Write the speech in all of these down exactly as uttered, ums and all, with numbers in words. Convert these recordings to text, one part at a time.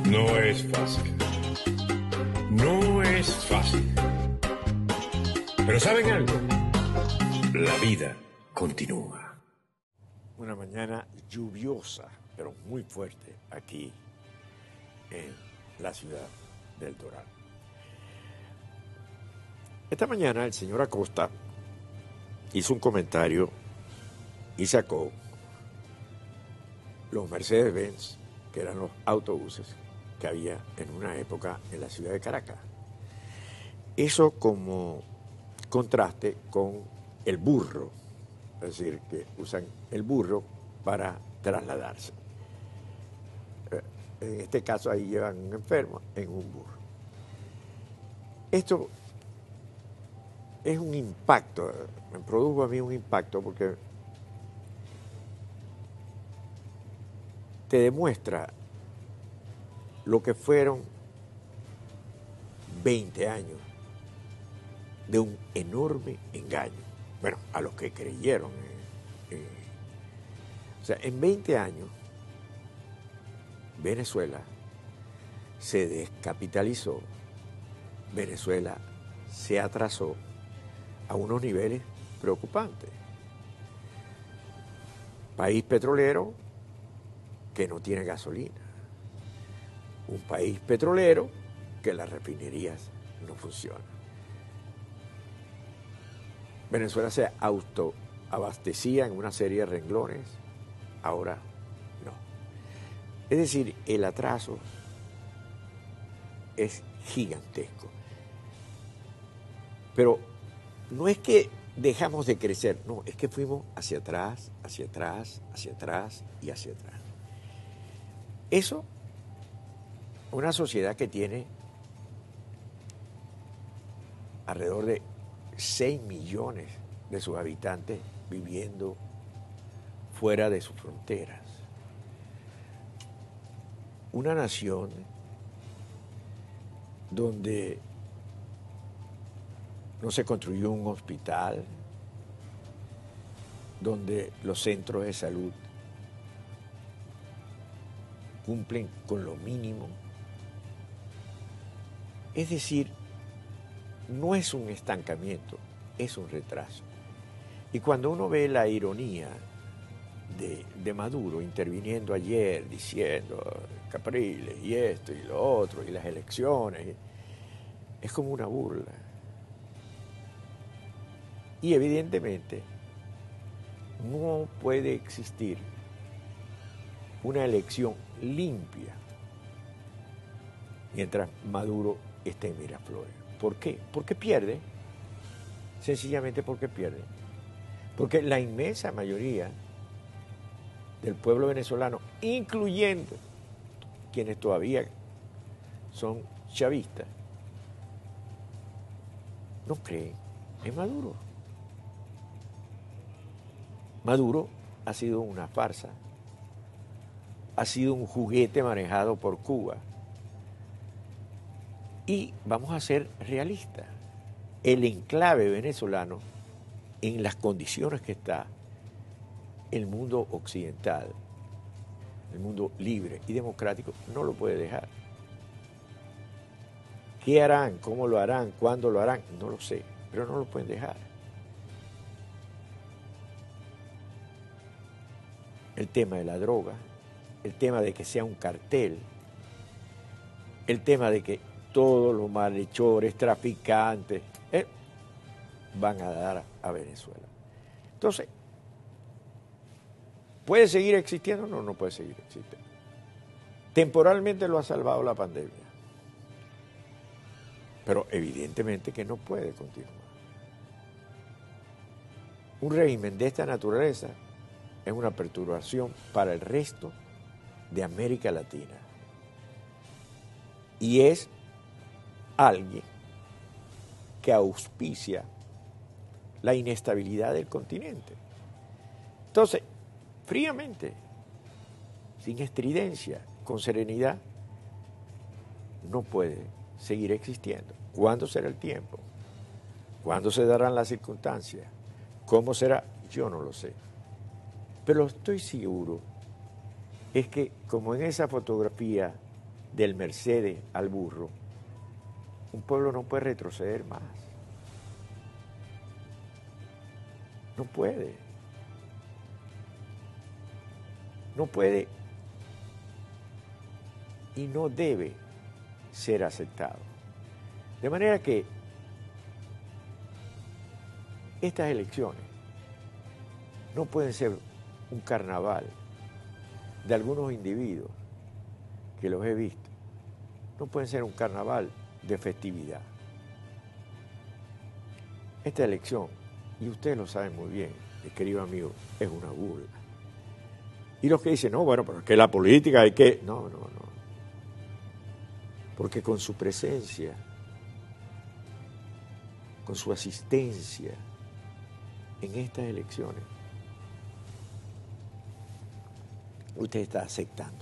No es fácil. No es fácil. Pero ¿saben algo? La vida continúa. Una mañana lluviosa, pero muy fuerte aquí en la ciudad del Doral. Esta mañana el señor Acosta hizo un comentario y sacó los Mercedes-Benz, que eran los autobuses que había en una época en la ciudad de Caracas. Eso como contraste con el burro, es decir, que usan el burro para trasladarse. En este caso ahí llevan un enfermo en un burro. Esto es un impacto, me produjo a mí un impacto porque te demuestra lo que fueron veinte años de un enorme engaño. Bueno, a los que creyeron. Eh, eh. O sea, en veinte años, Venezuela se descapitalizó, Venezuela se atrasó a unos niveles preocupantes. País petrolero que no tiene gasolina. Un país petrolero que las refinerías no funcionan. Venezuela se autoabastecía en una serie de renglones, ahora no. Es decir, el atraso es gigantesco. Pero no es que dejamos de crecer, no, es que fuimos hacia atrás, hacia atrás, hacia atrás y hacia atrás. Eso, una sociedad que tiene alrededor de seis millones de sus habitantes viviendo fuera de sus fronteras. Una nación donde no se construyó un hospital, donde los centros de salud cumplen con lo mínimo. Es decir, no es un estancamiento, es un retraso. Y cuando uno ve la ironía de, de Maduro interviniendo ayer, diciendo Capriles y esto y lo otro, y las elecciones, es como una burla. Y evidentemente no puede existir una elección limpia mientras Maduro esté en Miraflores. ¿Por qué? Porque pierde, sencillamente porque pierde. Porque la inmensa mayoría del pueblo venezolano, incluyendo quienes todavía son chavistas, no creen en Maduro. Maduro ha sido una farsa, ha sido un juguete manejado por Cuba. Y vamos a ser realistas, el enclave venezolano, en las condiciones que está, el mundo occidental, el mundo libre y democrático, no lo puede dejar. ¿Qué harán? ¿Cómo lo harán? ¿Cuándo lo harán? No lo sé, pero no lo pueden dejar. El tema de la droga, el tema de que sea un cartel, el tema de que todos los malhechores, traficantes, eh, van a dar a Venezuela. Entonces, ¿puede seguir existiendo? No, no puede seguir existiendo. Temporalmente lo ha salvado la pandemia, pero evidentemente que no puede continuar. Un régimen de esta naturaleza es una perturbación para el resto de América Latina y es alguien que auspicia la inestabilidad del continente. Entonces, fríamente, sin estridencia, con serenidad, no puede seguir existiendo. ¿Cuándo será el tiempo? ¿Cuándo se darán las circunstancias? ¿Cómo será? Yo no lo sé. Pero estoy seguro es que, como en esa fotografía del Mercedes al burro, un pueblo no puede retroceder más. No puede. No puede y no debe ser aceptado. De manera que estas elecciones no pueden ser un carnaval de algunos individuos que los he visto. No pueden ser un carnaval de festividad. Esta elección, y ustedes lo saben muy bien, mis queridos amigos, es una burla. Y los que dicen, no, bueno, pero es que la política hay que... No, no, no. Porque con su presencia, con su asistencia en estas elecciones, usted está aceptando,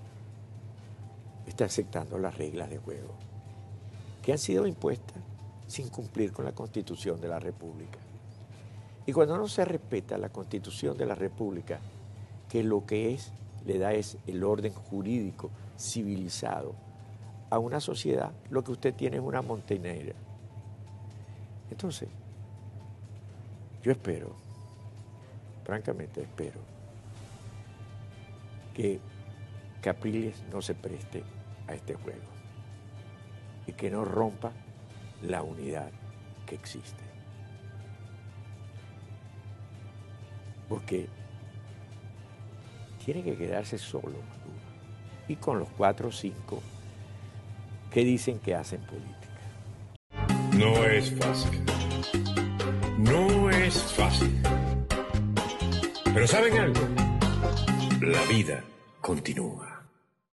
está aceptando las reglas de juego que han sido impuestas sin cumplir con la Constitución de la República. Y cuando no se respeta la Constitución de la República, que lo que es, le da es el orden jurídico civilizado a una sociedad, lo que usted tiene es una montonera. Entonces, yo espero, francamente espero, que Capriles no se preste a este juego y que no rompa la unidad que existe. Porque tiene que quedarse solo Maduro y con los cuatro o cinco que dicen que hacen política. No es fácil. No es fácil. Pero ¿saben algo? La vida continúa.